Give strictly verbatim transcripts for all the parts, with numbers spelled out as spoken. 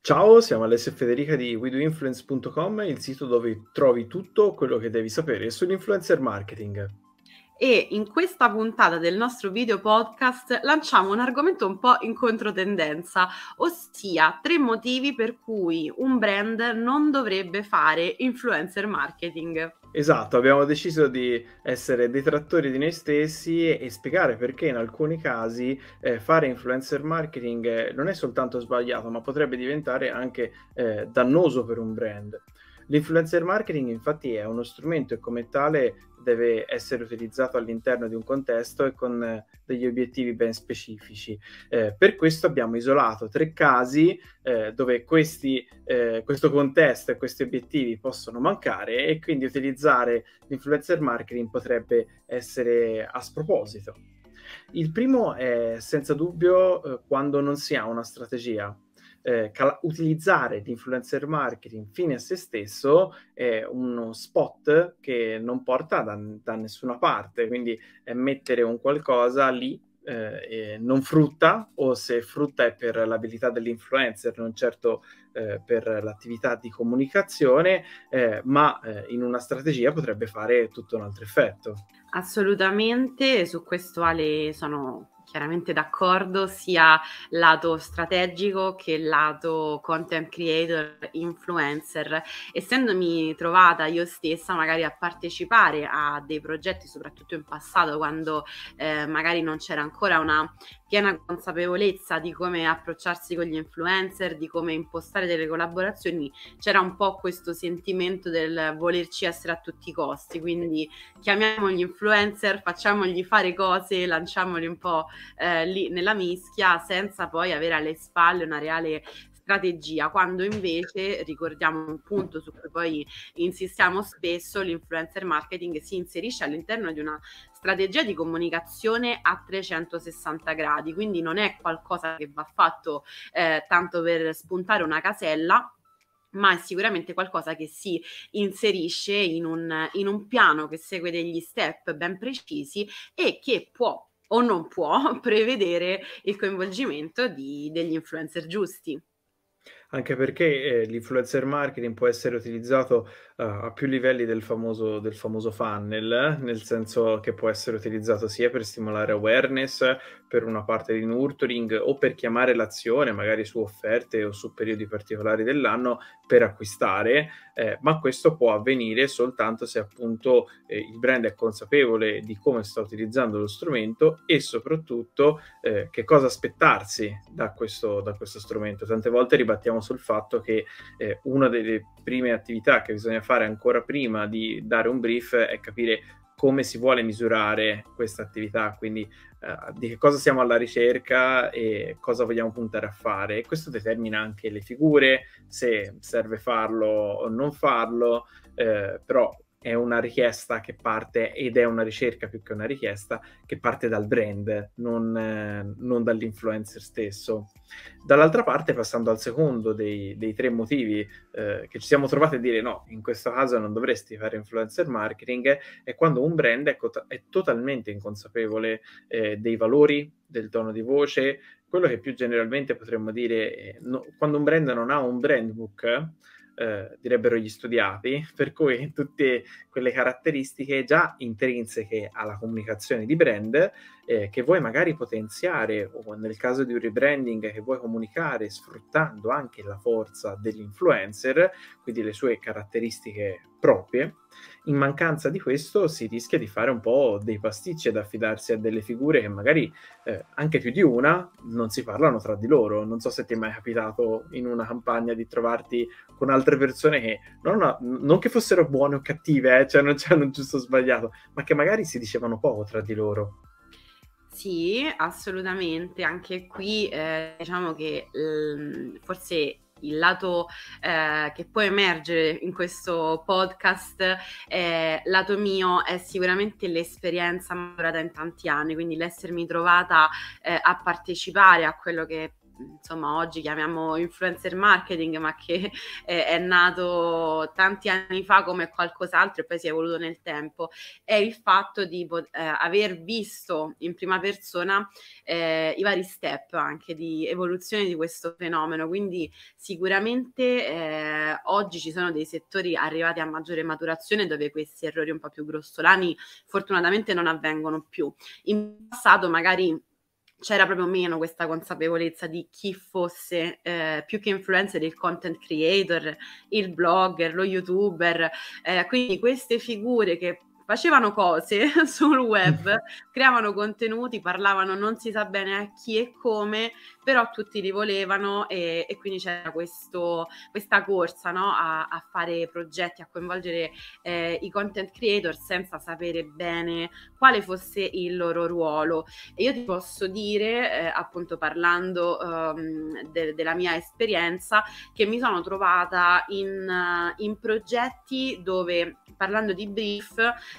Ciao, siamo Alessio e Federica di we do influence punto com, il sito dove trovi tutto quello che devi sapere sull'influencer marketing. E in questa puntata del nostro video podcast lanciamo un argomento un po' in controtendenza, ossia tre motivi per cui un brand non dovrebbe fare influencer marketing. Esatto, abbiamo deciso di essere detrattori di noi stessi e spiegare perché in alcuni casi eh, fare influencer marketing eh, non è soltanto sbagliato, ma potrebbe diventare anche eh, dannoso per un brand. L'influencer marketing infatti è uno strumento e come tale deve essere utilizzato all'interno di un contesto e con eh, degli obiettivi ben specifici. Eh, per questo abbiamo isolato tre casi eh, dove questi, eh, questo contesto e questi obiettivi possono mancare e quindi utilizzare l'influencer marketing potrebbe essere a sproposito. Il primo è senza dubbio eh, quando non si ha una strategia. Eh, cal- utilizzare l'influencer marketing fine a se stesso è uno spot che non porta da, da nessuna parte, quindi è mettere un qualcosa lì eh, e non frutta, o se frutta è per l'abilità dell'influencer, non certo eh, per l'attività di comunicazione, eh, ma eh, in una strategia potrebbe fare tutto un altro effetto. Assolutamente, su questo Ale sono chiaramente d'accordo, sia lato strategico che lato content creator, influencer. Essendomi trovata io stessa magari a partecipare a dei progetti, soprattutto in passato, quando eh, magari non c'era ancora una piena consapevolezza di come approcciarsi con gli influencer, di come impostare delle collaborazioni, c'era un po' questo sentimento del volerci essere a tutti i costi, quindi chiamiamogli influencer, facciamogli fare cose, lanciamoli un po' eh, lì nella mischia senza poi avere alle spalle una reale strategia, quando invece ricordiamo un punto su cui poi insistiamo spesso, l'influencer marketing si inserisce all'interno di una strategia di comunicazione a trecentosessanta gradi, quindi non è qualcosa che va fatto eh, tanto per spuntare una casella, ma è sicuramente qualcosa che si inserisce in un, in un piano che segue degli step ben precisi e che può o non può prevedere il coinvolgimento di, degli influencer giusti. Anche perché, ehm, l'influencer marketing può essere utilizzato, uhm, a più livelli del famoso del famoso funnel, nel senso che può essere utilizzato sia per stimolare awareness, per una parte di nurturing o per chiamare l'azione, magari su offerte o su periodi particolari dell'anno, per acquistare, ehm, ma questo può avvenire soltanto se appunto, ehm, il brand è consapevole di come sta utilizzando lo strumento e soprattutto, ehm, che cosa aspettarsi da questo da questo strumento. Tante volte ribattiamo sul fatto che eh, una delle prime attività che bisogna fare ancora prima di dare un brief è capire come si vuole misurare questa attività, quindi eh, di che cosa siamo alla ricerca e cosa vogliamo puntare a fare. E questo determina anche le figure, se serve farlo o non farlo, eh, però è una richiesta che parte, ed è una ricerca più che una richiesta, che parte dal brand, non, eh, non dall'influencer stesso. Dall'altra parte, passando al secondo dei, dei tre motivi eh, che ci siamo trovati a dire no, in questo caso non dovresti fare influencer marketing, è quando un brand è, co- è totalmente inconsapevole eh, dei valori, del tono di voce, quello che più generalmente potremmo dire, eh, no, quando un brand non ha un brand book, eh, direbbero gli studiati, per cui tutte quelle caratteristiche già intrinseche alla comunicazione di brand eh, che vuoi magari potenziare o nel caso di un rebranding che vuoi comunicare sfruttando anche la forza dell'influencer, quindi le sue caratteristiche proprie. In mancanza di questo si rischia di fare un po' dei pasticci ed affidarsi a delle figure che magari eh, anche più di una non si parlano tra di loro. Non so se ti è mai capitato in una campagna di trovarti con altre persone che non, ha- non che fossero buone o cattive, eh, cioè non c'hanno giusto o sbagliato, ma che magari si dicevano poco tra di loro. Sì, assolutamente. Anche qui eh, diciamo che ehm, forse il lato eh, che può emergere in questo podcast, eh, lato mio, è sicuramente l'esperienza maturata in tanti anni, quindi l'essermi trovata eh, a partecipare a quello che insomma oggi chiamiamo influencer marketing, ma che è, è nato tanti anni fa come qualcos'altro e poi si è evoluto nel tempo, è il fatto di pot- eh, aver visto in prima persona eh, i vari step anche di evoluzione di questo fenomeno. Quindi sicuramente eh, oggi ci sono dei settori arrivati a maggiore maturazione dove questi errori un po' più grossolani fortunatamente non avvengono più. In passato magari c'era proprio meno questa consapevolezza di chi fosse eh, più che influencer il content creator, il blogger, lo youtuber, eh, quindi queste figure che facevano cose sul web, creavano contenuti, parlavano non si sa bene a chi e come, però tutti li volevano e, e quindi c'era questo, questa corsa, no? a, a fare progetti, a coinvolgere eh, i content creator senza sapere bene quale fosse il loro ruolo. E io ti posso dire, eh, appunto parlando um, de- della mia esperienza, che mi sono trovata in, uh, in progetti dove, parlando di brief,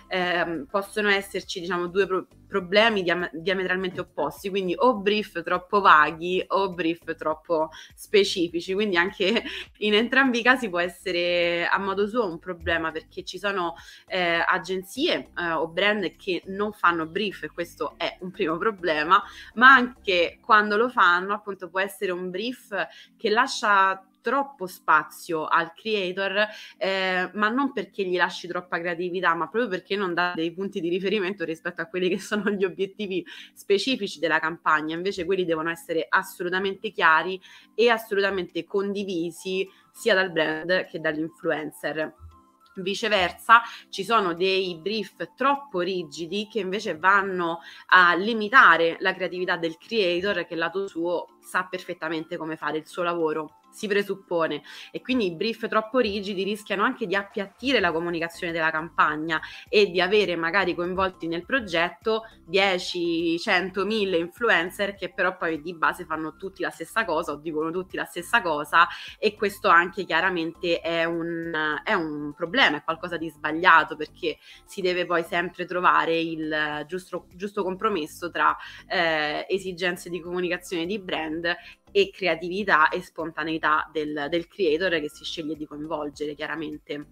eh, possono esserci diciamo due pro- problemi diam- diametralmente opposti, quindi o brief troppo vaghi o brief troppo specifici, quindi anche in entrambi i casi può essere a modo suo un problema, perché ci sono eh, agenzie eh, o brand che non fanno brief e questo è un primo problema, ma anche quando lo fanno appunto può essere un brief che lascia troppo spazio al creator, eh, ma non perché gli lasci troppa creatività, ma proprio perché non dà dei punti di riferimento rispetto a quelli che sono gli obiettivi specifici della campagna. Invece quelli devono essere assolutamente chiari e assolutamente condivisi sia dal brand che dall'influencer. Viceversa, ci sono dei brief troppo rigidi che invece vanno a limitare la creatività del creator, che lato suo sa perfettamente come fare il suo lavoro, si presuppone, e quindi i brief troppo rigidi rischiano anche di appiattire la comunicazione della campagna e di avere magari coinvolti nel progetto dieci, cento, mille influencer che però poi di base fanno tutti la stessa cosa o dicono tutti la stessa cosa, e questo anche chiaramente è un, è un problema, è qualcosa di sbagliato, perché si deve poi sempre trovare il giusto, giusto compromesso tra eh, esigenze di comunicazione di brand e creatività e spontaneità del, del creator che si sceglie di coinvolgere, chiaramente.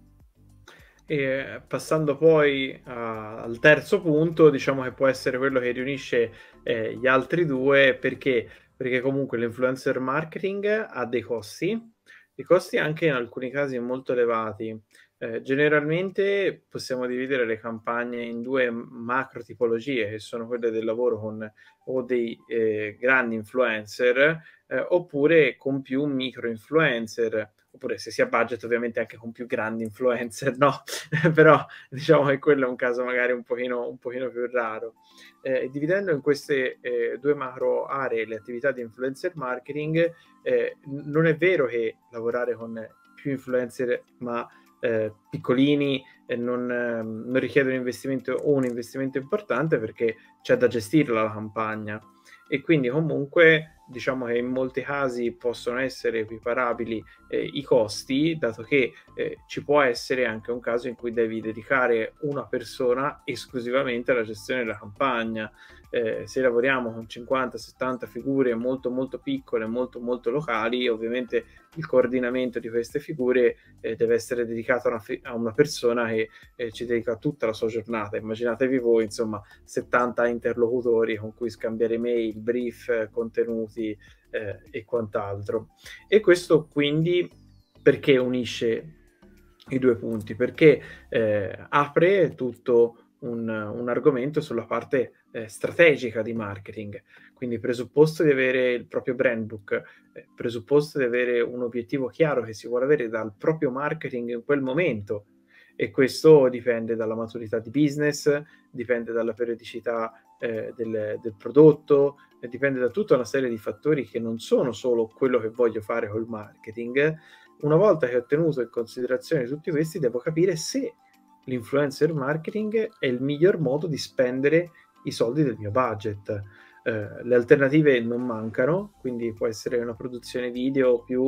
E passando poi a- al terzo punto, diciamo che può essere quello che riunisce eh, gli altri due, perché? Perché comunque l'influencer marketing ha dei costi, dei costi anche in alcuni casi molto elevati. Eh, generalmente possiamo dividere le campagne in due macro tipologie, che sono quelle del lavoro con o dei eh, grandi influencer eh, oppure con più micro influencer, oppure se si ha budget ovviamente anche con più grandi influencer, no? Però diciamo che quello è un caso magari un pochino, un pochino più raro. Eh, dividendo in queste eh, due macro aree le attività di influencer marketing, eh, non è vero che lavorare con più influencer ma eh, piccolini e non, eh, non richiede un investimento o un investimento importante, perché c'è da gestirla la campagna, e quindi comunque diciamo che in molti casi possono essere equiparabili eh, i costi, dato che eh, ci può essere anche un caso in cui devi dedicare una persona esclusivamente alla gestione della campagna. Eh, se lavoriamo con cinquanta settanta figure molto molto piccole, molto molto locali, ovviamente il coordinamento di queste figure eh, deve essere dedicato a una, a una persona che eh, ci dedica tutta la sua giornata. Immaginatevi voi, insomma, settanta interlocutori con cui scambiare mail, brief, contenuti eh, e quant'altro. E questo quindi perché unisce i due punti? Perché eh, apre tutto un, un argomento sulla parte eh, strategica di marketing, quindi presupposto di avere il proprio brand book, eh, presupposto di avere un obiettivo chiaro che si vuole avere dal proprio marketing in quel momento, e questo dipende dalla maturità di business, dipende dalla periodicità eh, del, del prodotto, eh, dipende da tutta una serie di fattori che non sono solo quello che voglio fare col marketing. Una volta che ho tenuto in considerazione tutti questi, devo capire se l'influencer marketing è il miglior modo di spendere i soldi del mio budget. Eh, le alternative non mancano, quindi può essere una produzione video più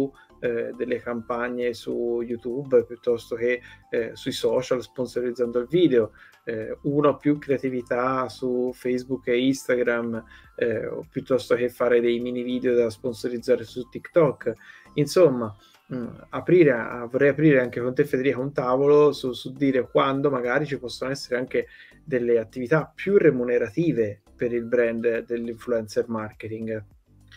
eh, delle campagne su YouTube piuttosto che eh, sui social sponsorizzando il video, eh, uno o più creatività su Facebook e Instagram, eh, o piuttosto che fare dei mini video da sponsorizzare su TikTok. Insomma, mh, aprire a, vorrei aprire anche con te, Federica, un tavolo su, su dire quando magari ci possono essere anche delle attività più remunerative per il brand dell'influencer marketing.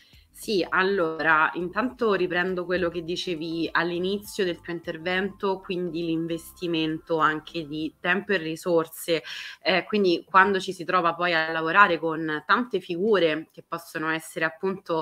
Sì, allora, intanto riprendo quello che dicevi all'inizio del tuo intervento, quindi l'investimento anche di tempo e risorse. Eh, quindi quando ci si trova poi a lavorare con tante figure che possono essere appunto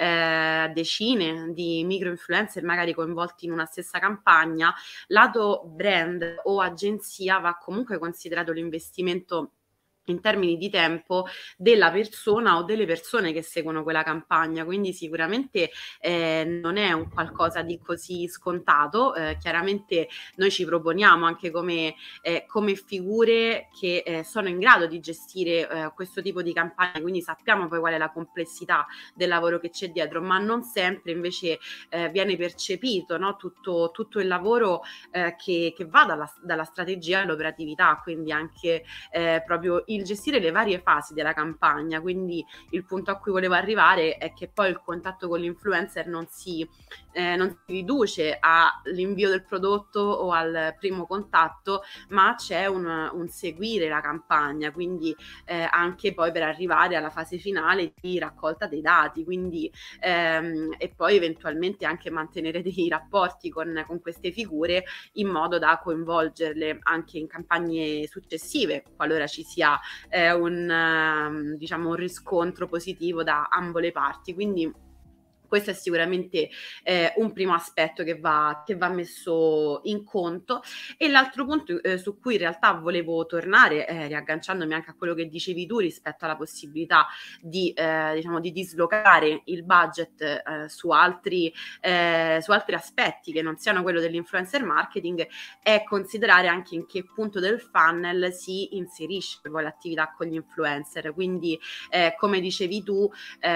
eh, decine di micro influencer magari coinvolti in una stessa campagna, lato brand o agenzia va comunque considerato l'investimento in termini di tempo della persona o delle persone che seguono quella campagna, quindi sicuramente eh, non è un qualcosa di così scontato. Eh, chiaramente noi ci proponiamo anche come, eh, come figure che eh, sono in grado di gestire eh, questo tipo di campagne, quindi sappiamo poi qual è la complessità del lavoro che c'è dietro, ma non sempre invece eh, viene percepito, no? tutto, tutto il lavoro eh, che, che va dalla, dalla strategia all'operatività, quindi anche eh, proprio il gestire le varie fasi della campagna. Quindi il punto a cui volevo arrivare è che poi il contatto con l'influencer non si, eh, non si riduce all'invio del prodotto o al primo contatto, ma c'è un, un seguire la campagna, quindi eh, anche poi per arrivare alla fase finale di raccolta dei dati, quindi ehm, e poi eventualmente anche mantenere dei rapporti con, con queste figure in modo da coinvolgerle anche in campagne successive, qualora ci sia eh, un, eh, diciamo, un riscontro positivo da ambo le parti. Quindi questo è sicuramente eh, un primo aspetto che va, che va messo in conto. E l'altro punto eh, su cui in realtà volevo tornare, eh, riagganciandomi anche a quello che dicevi tu rispetto alla possibilità di, eh, diciamo, di dislocare il budget eh, su, altri, eh, su altri aspetti che non siano quello dell'influencer marketing, è considerare anche in che punto del funnel si inserisce poi l'attività con gli influencer. Quindi eh, come dicevi tu,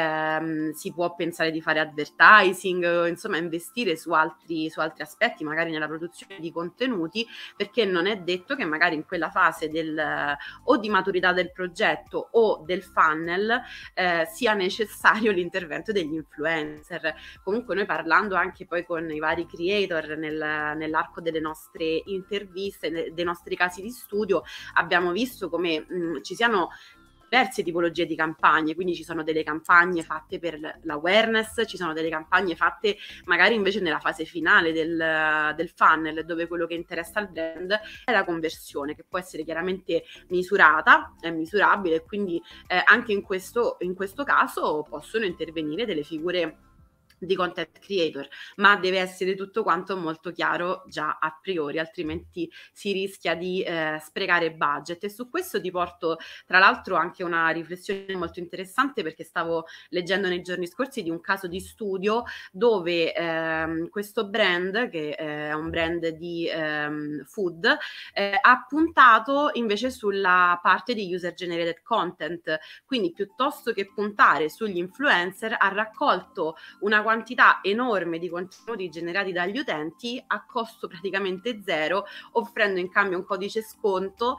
ehm, si può pensare di fare advertising, insomma investire su altri, su altri aspetti, magari nella produzione di contenuti, perché non è detto che magari in quella fase del, o di maturità del progetto o del funnel eh, sia necessario l'intervento degli influencer. Comunque noi parlando anche poi con i vari creator nel, nell'arco delle nostre interviste, dei nostri casi di studio, abbiamo visto come mh, ci siano diverse tipologie di campagne, quindi ci sono delle campagne fatte per l'awareness, ci sono delle campagne fatte magari invece nella fase finale del, del funnel, dove quello che interessa al brand è la conversione, che può essere chiaramente misurata, è misurabile, e quindi eh, anche in questo, in questo caso possono intervenire delle figure di content creator, ma deve essere tutto quanto molto chiaro già a priori, altrimenti si rischia di eh, sprecare budget. E su questo ti porto tra l'altro anche una riflessione molto interessante, perché stavo leggendo nei giorni scorsi di un caso di studio dove ehm, questo brand, che è un brand di ehm, food, eh, ha puntato invece sulla parte di user generated content, quindi piuttosto che puntare sugli influencer ha raccolto una quantità enorme di contenuti generati dagli utenti a costo praticamente zero, offrendo in cambio un codice sconto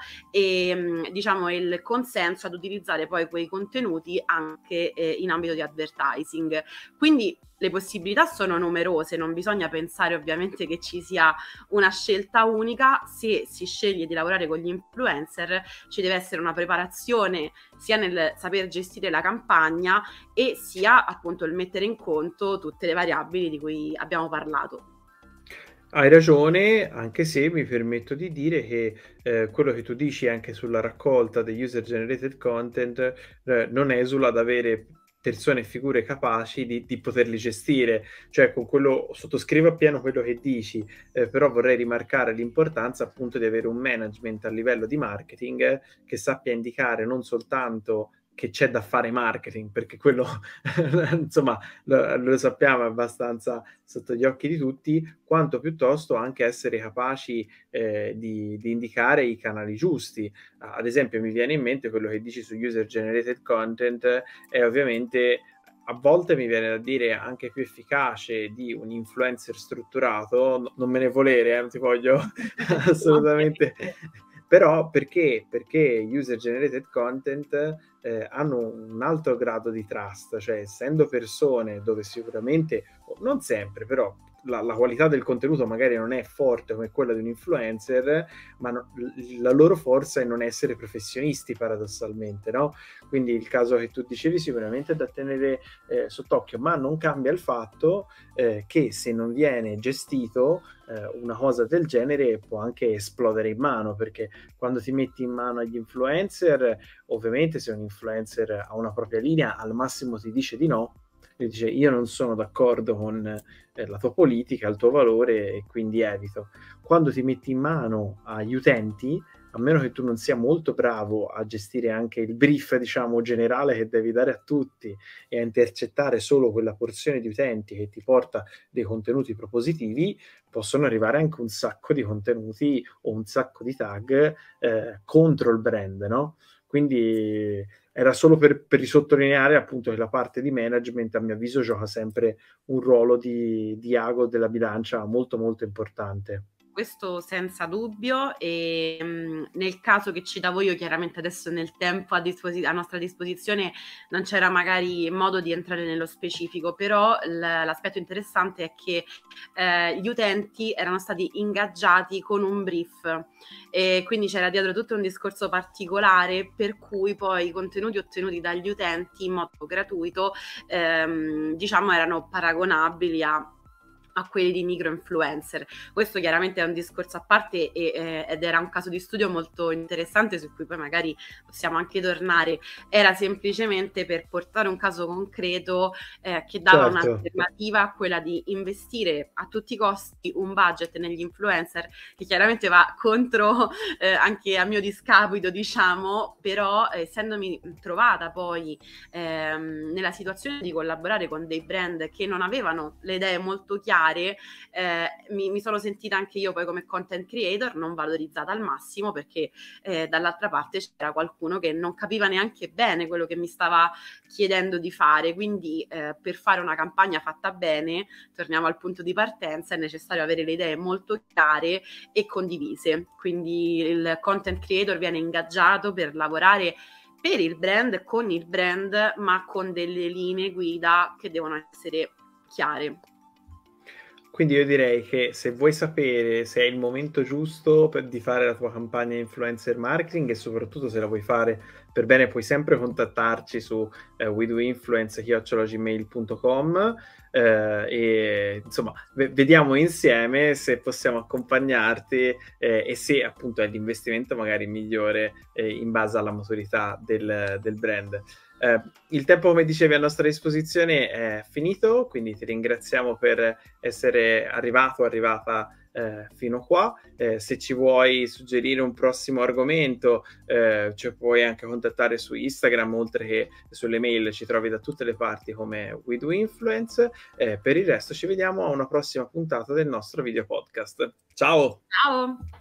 e diciamo il consenso ad utilizzare poi quei contenuti anche eh, in ambito di advertising. Quindi le possibilità sono numerose, non bisogna pensare ovviamente che ci sia una scelta unica. Se si sceglie di lavorare con gli influencer ci deve essere una preparazione sia nel saper gestire la campagna e sia appunto il mettere in conto tutte le variabili di cui abbiamo parlato. Hai ragione, anche se mi permetto di dire che eh, quello che tu dici anche sulla raccolta degli user generated content eh, non esula ad avere persone e figure capaci di, di poterli gestire. Cioè, con quello sottoscrivo appieno quello che dici, eh, però vorrei rimarcare l'importanza appunto di avere un management a livello di marketing eh, che sappia indicare non soltanto che c'è da fare marketing, perché quello insomma lo, lo sappiamo, è abbastanza sotto gli occhi di tutti, quanto piuttosto anche essere capaci eh, di, di indicare i canali giusti. Ad esempio mi viene in mente quello che dici su user generated content, è ovviamente a volte mi viene da dire anche più efficace di un influencer strutturato, no non me ne volere eh, non ti voglio assolutamente però perché? Perché user generated content, ehm, hanno un alto grado di trust, cioè essendo persone dove sicuramente o non sempre, però la la qualità del contenuto magari non è forte come quella di un influencer, ma no l la loro forza è non essere professionisti paradossalmente, no, quindi il caso che tu dicevi sicuramente è da tenere, ehm, sott'occhio, ma non cambia il fatto, ehm, che se non viene gestito, ehm, una cosa del genere può anche esplodere in mano, perché quando ti metti in mano agli influencer, ovviamente se un influencer ha una propria linea, al massimo ti dice di no, e dice: "Io non sono d'accordo con, ehm, la tua politica, il tuo valore e quindi evito." Quando ti metti in mano agli utenti, a meno che tu non sia molto bravo a gestire anche il brief, diciamo, generale che devi dare a tutti e a intercettare solo quella porzione di utenti che ti porta dei contenuti propositivi, possono arrivare anche un sacco di contenuti o un sacco di tag, ehm, contro il brand, no, quindi era solo per per risottolineare appunto che la parte di management a mio avviso gioca sempre un ruolo di di ago della bilancia molto, molto importante. Questo senza dubbio, ehm, nel caso che citavo io, chiaramente adesso nel tempo a disposi a nostra disposizione non c'era magari modo di entrare nello specifico, però l l'aspetto interessante è che, ehm, gli utenti erano stati ingaggiati con un brief e quindi c'era dietro tutto un discorso particolare per cui poi i contenuti ottenuti dagli utenti in modo gratuito, ehm, diciamo erano paragonabili a a quelli di micro influencer. Questo chiaramente è un discorso a parte e ehm, ed era un caso di studio molto interessante su cui poi magari possiamo anche tornare. Era semplicemente per portare un caso concreto, ehm, che dava Certo. un'alternativa a quella di investire a tutti i costi un budget negli influencer, che chiaramente va contro, ehm, anche a mio discapito diciamo, però essendomi trovata poi, ehm, nella situazione di collaborare con dei brand che non avevano le idee molto chiare, ehm, mi mi sono sentita anche io poi come content creator non valorizzata al massimo perché, ehm, dall'altra parte c'era qualcuno che non capiva neanche bene quello che mi stava chiedendo di fare. Quindi, ehm, per fare una campagna fatta bene, torniamo al punto di partenza, è necessario avere le idee molto chiare e condivise. Quindi il content creator viene ingaggiato per lavorare per il brand, con il brand, ma con delle linee guida che devono essere chiare. Quindi io direi che se vuoi sapere se è il momento giusto per di fare la tua campagna influencer marketing e soprattutto se la vuoi fare per bene, puoi sempre contattarci su, ehm, we do influence chiocciola gmail punto com, ehm, e insomma ve vediamo insieme se possiamo accompagnarti, ehm, e se appunto è l'investimento magari migliore, ehm, in base alla maturità del del brand. Ehm, il tempo, come dicevi, a nostra disposizione è finito, quindi ti ringraziamo per essere arrivato o arrivata, ehm, fino qua. Ehm, se ci vuoi suggerire un prossimo argomento, ehm, ci puoi anche contattare su Instagram, oltre che sulle mail ci trovi da tutte le parti come We Do Influence. Ehm, per il resto ci vediamo a una prossima puntata del nostro video podcast. Ciao. Ciao.